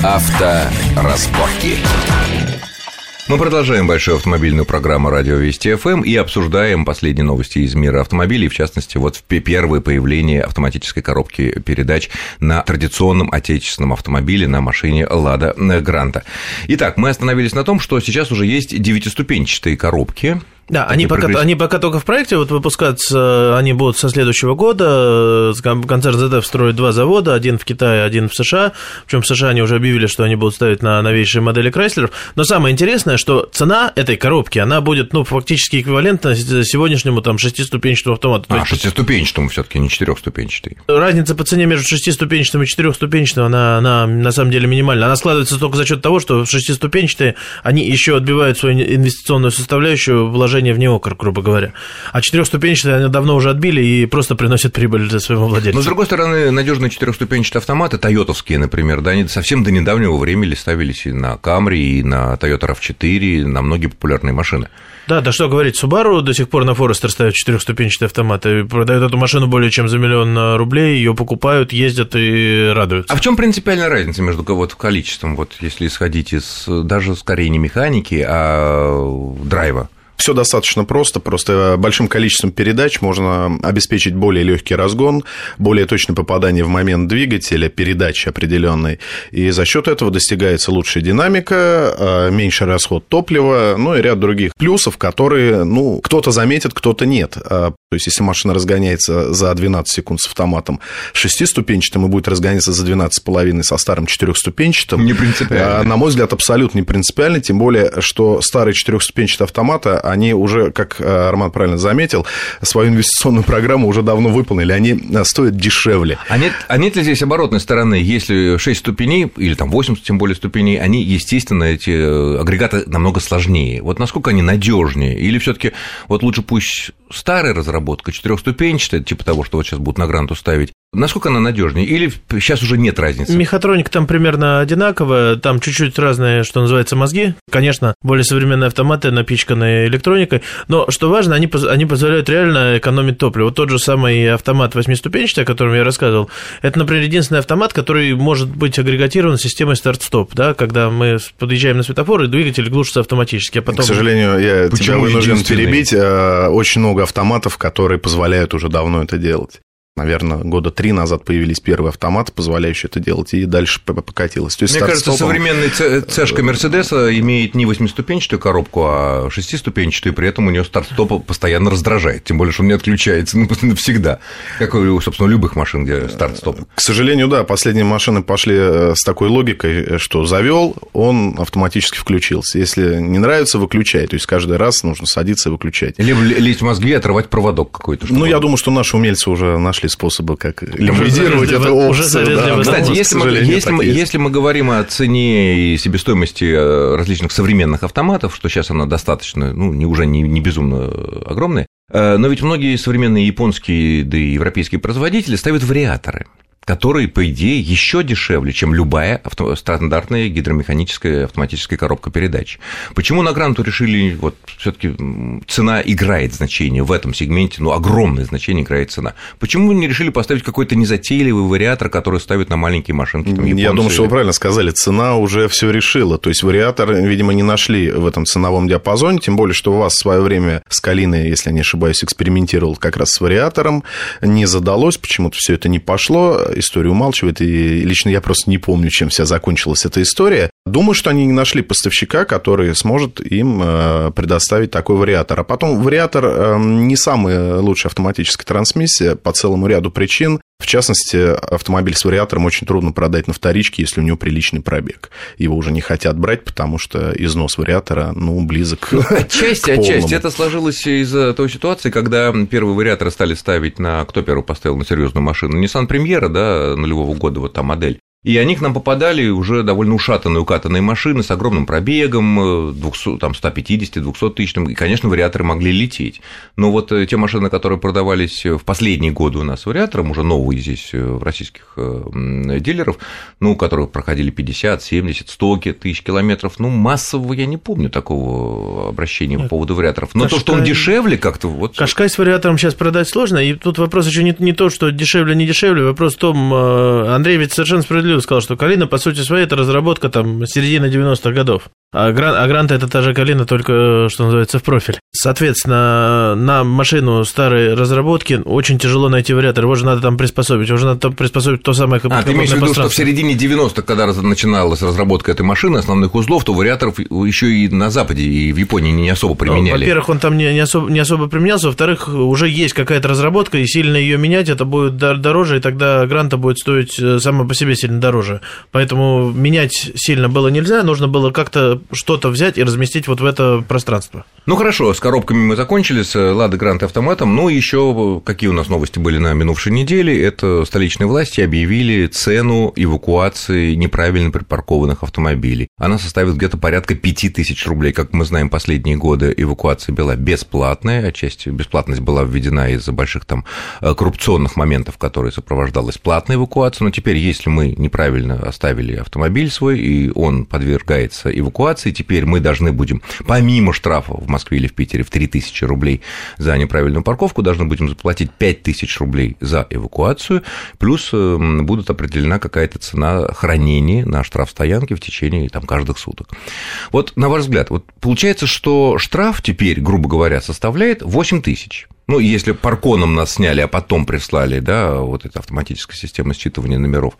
Авторазборки. Мы продолжаем большую автомобильную программу «Радио Вести ФМ» и обсуждаем последние новости из мира автомобилей, в частности, вот первое появление автоматической коробки передач на традиционном отечественном автомобиле, на машине «Лада Гранта». Итак, мы остановились на том, что сейчас уже есть 9-ступенчатые коробки. Да, они пока только в проекте, вот выпускаться они будут со следующего года. Концерн ZF строит 2 завода, один в Китае, один в США. Причем в США они уже объявили, что они будут ставить на новейшие модели Chrysler. Но самое интересное, что цена этой коробки, она будет, фактически эквивалентна сегодняшнему там 6-ступенчатому автомату. 6-ступенчатому все-таки, не 4-ступенчатый. Разница по цене между 6-ступенчатым и 4-ступенчатым, она на самом деле минимальна. Она складывается только за счет того, что 6-ступенчатые, они еще отбивают свою инвестиционную составляющую, вложения в неокр, грубо говоря. А 4-ступенчатые они давно уже отбили и просто приносят прибыль для своего владельца. Но, с другой стороны, надежные 4-ступенчатые автоматы, тойотовские, например, да, они совсем до недавнего времени ставились и на Camry, и на Toyota RAV4, на многие популярные машины. Да, что говорить, Subaru до сих пор на Forester ставят 4-ступенчатые автоматы, продают эту машину более чем за $1 миллион рублей, ее покупают, ездят и радуются. А в чем принципиальная разница между количеством, если исходить даже скорее не механики, а драйва? Все достаточно просто большим количеством передач можно обеспечить более легкий разгон, более точное попадание в момент двигателя, передачи определенной, и за счет этого достигается лучшая динамика, меньший расход топлива, и ряд других плюсов, которые, кто-то заметит, кто-то нет. То есть, если машина разгоняется за 12 секунд с автоматом 6-ступенчатым и будет разгоняться за 12,5 со старым 4-ступенчатым, не принципиально. На мой взгляд, абсолютно не принципиально, тем более, что старые 4-ступенчатые автоматы, они уже, как Роман правильно заметил, свою инвестиционную программу уже давно выполнили, они стоят дешевле. А нет ли здесь оборотной стороны? Если 6 ступеней, или там 8, тем более ступеней, они, естественно, эти агрегаты намного сложнее. Вот насколько они надежнее? Или все-таки лучше пусть старая разработка, 4-ступенчатая, типа того, что сейчас будут на Гранту ставить, насколько она надежнее? Или сейчас уже нет разницы? Мехатроника там примерно одинаковая, там чуть-чуть разные, что называется, мозги. Конечно, более современные автоматы, напичканные электроникой, но, что важно, они позволяют реально экономить топливо. Вот тот же самый автомат 8-ступенчатый, о котором я рассказывал, это, например, единственный автомат, который может быть агрегатирован системой старт-стоп, да, когда мы подъезжаем на светофор, и двигатель глушится автоматически, а потом... К сожалению, я тебя вынужден перебить, очень много автоматов, которые позволяют уже давно это делать. Наверное, 3 года назад появились первые автоматы, позволяющие это делать, и дальше покатилось. То есть, мне кажется, современный цешка Мерседеса имеет не 8-ступенчатую коробку, а 6-ступенчатую, и при этом у нее старт-стоп постоянно раздражает, тем более, что он не отключается навсегда, как у, собственно, любых машин, где старт-стоп. К сожалению, да, последние машины пошли с такой логикой, что завел, он автоматически включился. Если не нравится, выключай, то есть каждый раз нужно садиться и выключать. Либо лезть в мозги и отрывать проводок какой-то. Я думаю, что наши умельцы уже нашли способы, как ликвидировать эту опцию. Кстати, если мы говорим о цене и себестоимости различных современных автоматов, что сейчас она достаточно, уже не безумно огромная, но ведь многие современные японские, да и европейские производители ставят вариаторы, которые, по идее, еще дешевле, чем любая стандартная гидромеханическая автоматическая коробка передач. Почему на Гранту решили, все-таки цена играет значение в этом сегменте, огромное значение играет цена. Почему вы не решили поставить какой-то незатейливый вариатор, который ставят на маленькие машинки? Я думаю, что вы правильно сказали, цена уже все решила. То есть вариатор, видимо, не нашли в этом ценовом диапазоне, тем более, что у вас в свое время Скалина, если я не ошибаюсь, экспериментировал как раз с вариатором, не задалось, почему-то все это не пошло. История умалчивает, и лично я просто не помню, чем вся закончилась эта история. Думаю, что они не нашли поставщика, который сможет им предоставить такой вариатор. А потом вариатор не самая лучшая автоматическая трансмиссия по целому ряду причин. В частности, автомобиль с вариатором очень трудно продать на вторичке, если у него приличный пробег. Его уже не хотят брать, потому что износ вариатора, близок к полному. Отчасти это сложилось из-за той ситуации, когда первые вариаторы стали ставить кто первый поставил на серьезную машину? Nissan Premiera, да, нулевого года, та модель. И они к нам попадали уже довольно ушатанные, укатанные машины с огромным пробегом, 150-200 тысячным, и, конечно, вариаторы могли лететь. Но те машины, которые продавались в последние годы у нас с вариатором, уже новые здесь в российских дилеров, которые проходили 50, 70, 100 тысяч километров, массового я не помню такого обращения по поводу вариаторов. Но то, что он дешевле как-то... Кашкай с вариатором сейчас продать сложно, и тут вопрос еще не то, что дешевле, не дешевле, вопрос в том, Андрей ведь совершенно справедливо справедливо сказал, что «Калина», по сути своей, это разработка там середины 90-х годов. А «Гранта» — это та же «Калина», только, что называется, в профиль. Соответственно, на машину старой разработки очень тяжело найти вариатор, его же надо там приспособить, его же надо там приспособить то самое ты имеешь в виду, что в середине 90-х, когда начиналась разработка этой машины, основных узлов, то вариаторов еще и на Западе, и в Японии не особо применяли? Во-первых, он там не особо применялся, во-вторых, уже есть какая-то разработка, и сильно ее менять, это будет дороже, и тогда «Гранта» будет стоить сама по себе сильно дороже. Поэтому менять сильно было нельзя, нужно было как-то что-то взять и разместить вот в это пространство. Ну хорошо, с коробками мы закончили, с «Лада Гранта» автоматом. Ну, еще какие у нас новости были на минувшей неделе? Это столичные власти объявили цену эвакуации неправильно припаркованных автомобилей. Она составит где-то порядка 5000 рублей. Как мы знаем, последние годы эвакуация была бесплатная, отчасти бесплатность была введена из-за больших там коррупционных моментов, которые сопровождалась платной эвакуацией. Но теперь, если мы неправильно оставили автомобиль свой, и он подвергается эвакуации, теперь мы должны будем, помимо штрафа в Москве или в Питере в 3000 рублей за неправильную парковку, должны будем заплатить 5000 рублей за эвакуацию, плюс будет определена какая-то цена хранения на штрафстоянке в течение там каждых суток. Вот, на ваш взгляд, вот получается, что штраф теперь, грубо говоря, составляет 8000. Ну, если парконом нас сняли, а потом прислали, да, вот эта автоматическая система считывания номеров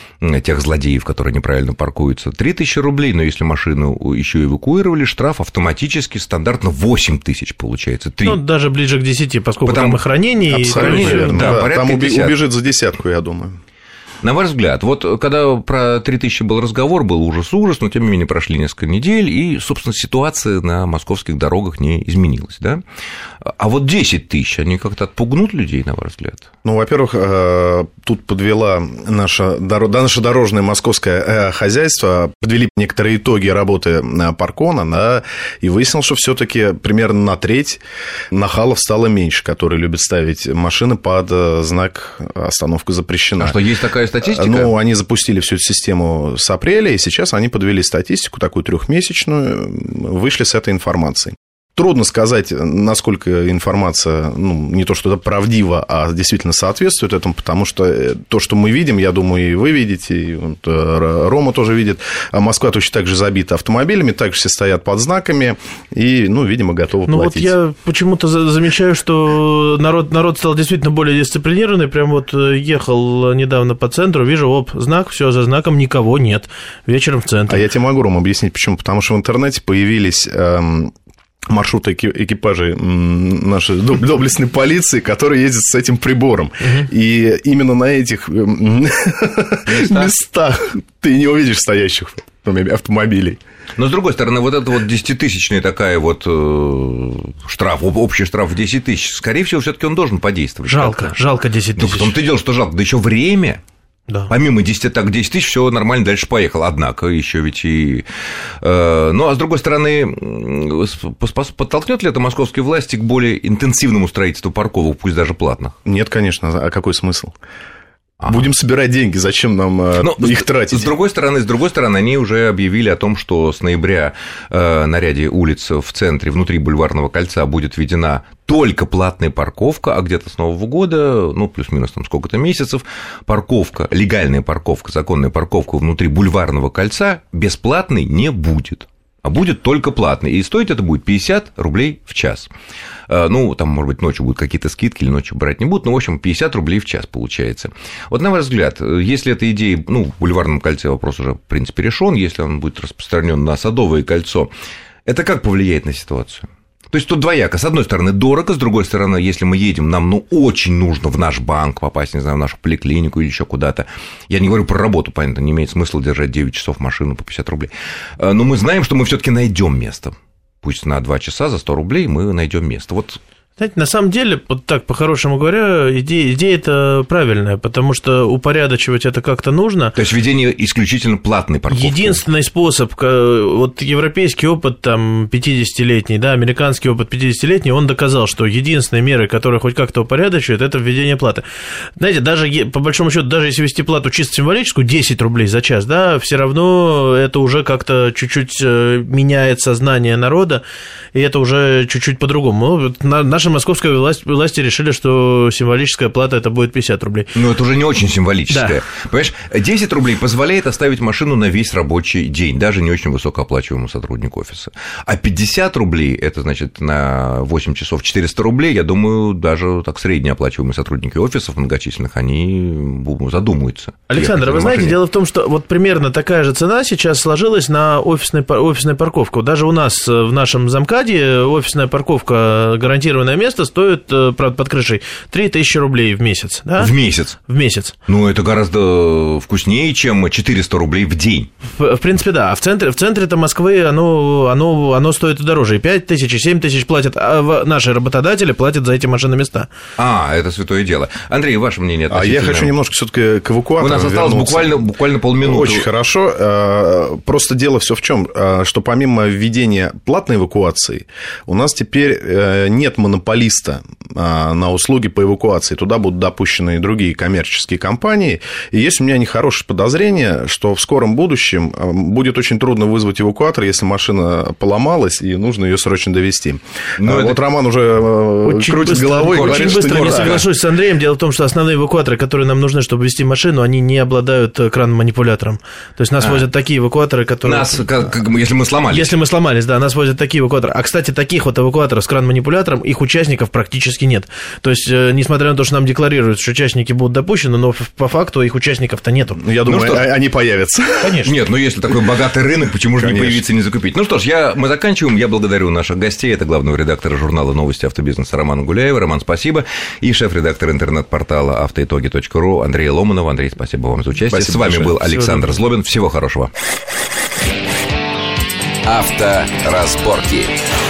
тех злодеев, которые неправильно паркуются, 3000 рублей, но если машину еще эвакуировали, штраф автоматически стандартно 8000 получается. 3. Ну, даже ближе к 10, поскольку там и хранение, абсолютно и верно. Да, там 50. убежит за десятку, я думаю. На ваш взгляд, вот когда про 3000 был разговор, был ужас, но тем не менее прошли несколько недель, и, собственно, ситуация на московских дорогах не изменилась, да? А вот 10 тысяч, они как-то отпугнут людей, на ваш взгляд? Ну, во-первых, тут подвела наше дорожное московское хозяйство, подвели некоторые итоги работы паркона, да, и выяснилось, что все-таки примерно на треть нахалов стало меньше, которые любят ставить машины под знак «Остановка запрещена». А что, есть такая статистика? Ну, они запустили всю эту систему с апреля, и сейчас они подвели статистику, такую трехмесячную, вышли с этой информацией. Трудно сказать, насколько информация, ну, не то, что это правдиво, а действительно соответствует этому, потому что то, что мы видим, я думаю, и вы видите, и вот Рома тоже видит, а Москва точно так же забита автомобилями, также все стоят под знаками и, ну, видимо, готовы платить. Ну, вот я почему-то замечаю, что народ стал действительно более дисциплинированный, прям вот ехал недавно по центру, вижу, знак, все за знаком, никого нет, вечером в центре. А я тебе могу, Рома, объяснить, почему, потому что в интернете появились маршруты экипажей нашей доблестной полиции, которые ездят с этим прибором. И именно на этих местах ты не увидишь стоящих автомобилей. Но, с другой стороны, вот это вот 10-тысячная такая вот штраф, общий штраф в 10 тысяч, скорее всего, все-таки он должен подействовать. Жалко 10 тысяч. Ну, потом ты делаешь, что жалко, да еще время. Да. Помимо 10 тысяч, все нормально, дальше поехал. Однако еще ведь и... Ну, а с другой стороны, подтолкнет ли это московские власти к более интенсивному строительству парковок, пусть даже платных? Нет, конечно. А какой смысл? Будем собирать деньги, зачем нам их тратить? С другой стороны, они уже объявили о том, что с ноября на ряде улиц в центре, внутри Бульварного кольца будет введена только платная парковка, а где-то с Нового года, ну, плюс-минус там сколько-то месяцев, парковка, легальная парковка, законная парковка внутри Бульварного кольца бесплатной не будет. А будет только платный, и стоить это будет 50 рублей в час. Ну, там, может быть, ночью будут какие-то скидки, или ночью брать не будут, но, в общем, 50 рублей в час получается. Вот, на ваш взгляд, если эта идея, ну, в Бульварном кольце вопрос уже, в принципе, решен, если он будет распространен на Садовое кольцо, это как повлияет на ситуацию? То есть тут двояко. С одной стороны, дорого, с другой стороны, если мы едем, нам, ну, очень нужно в наш банк попасть, не знаю, в нашу поликлинику или еще куда-то. Я не говорю про работу, понятно, не имеет смысла держать 9 часов машину по 50 рублей. Но мы знаем, что мы все-таки найдем место. Пусть на 2 часа за 100 рублей мы найдем место. Вот. Знаете, на самом деле, вот так, по-хорошему говоря, идея-то правильная, потому что упорядочивать это как-то нужно. То есть введение исключительно платной парковки. Единственный способ, вот европейский опыт там 50-летний, да, американский опыт 50-летний, он доказал, что единственной мерой, которая хоть как-то упорядочивает, это введение платы. Знаете, даже по большому счету, даже если ввести плату чисто символическую, 10 рублей за час, да, все равно это уже как-то чуть-чуть меняет сознание народа, и это уже чуть-чуть по-другому. Ну, наши московские власти решили, что символическая плата это будет 50 рублей. Ну, это уже не очень символическое. Да. Понимаешь, 10 рублей позволяет оставить машину на весь рабочий день, даже не очень высокооплачиваемому сотруднику офиса. А 50 рублей, это значит на 8 часов 400 рублей, я думаю, даже так среднеоплачиваемые сотрудники офисов многочисленных, они задумаются. Александр, вы знаете, дело в том, что вот примерно такая же цена сейчас сложилась на офисную парковку. Даже у нас в нашем замкаде офисная парковка, гарантированное место, стоит, правда, под крышей 3000 рублей в месяц. Да? В месяц? В месяц. Ну, это гораздо вкуснее, чем 400 рублей в день. В принципе, да. А в центре-то Москвы оно стоит дороже. И 5000, и 7000 платят, а наши работодатели платят за эти машины места. Это святое дело. Андрей, ваше мнение относительно... А я хочу немножко все-таки к эвакуаторам вернуться. У нас осталось буквально полминуты. Очень хорошо. Просто дело все в чем, что помимо введения платной эвакуации, у нас теперь нет монополиста на услуги по эвакуации. Туда будут допущены и другие коммерческие компании. И есть у меня нехорошее подозрение, что в скором будущем будет очень трудно вызвать эвакуатор, если машина поломалась, и нужно ее срочно довести. Вот Роман уже крутит головой и говорит, что не соглашусь с Андреем. Дело в том, что основные эвакуаторы, которые нам нужны, чтобы вести машину, они не обладают кран-манипулятором. То есть нас возят такие эвакуаторы, которые... Если мы сломались. Если мы сломались, да, нас возят такие эвакуаторы. А, кстати, таких вот эвакуаторов с кран-манипулятором, их участников практически нет. То есть, несмотря на то, что нам декларируют, что участники будут допущены, но по факту их участников-то нету. Я думаю, они появятся. Конечно. Нет, если такой богатый рынок, почему же не появиться и не закупить? Ну что ж, мы заканчиваем. Я благодарю наших гостей. Это главного редактора журнала «Новости автобизнеса» Романа Гуляева. Роман, спасибо. И шеф-редактор интернет-портала автоитоги.ру Андрея Ломанова. Андрей, спасибо вам за участие. Спасибо с вами большое. Был Александр Злобин. Всего хорошего. Авторазборки.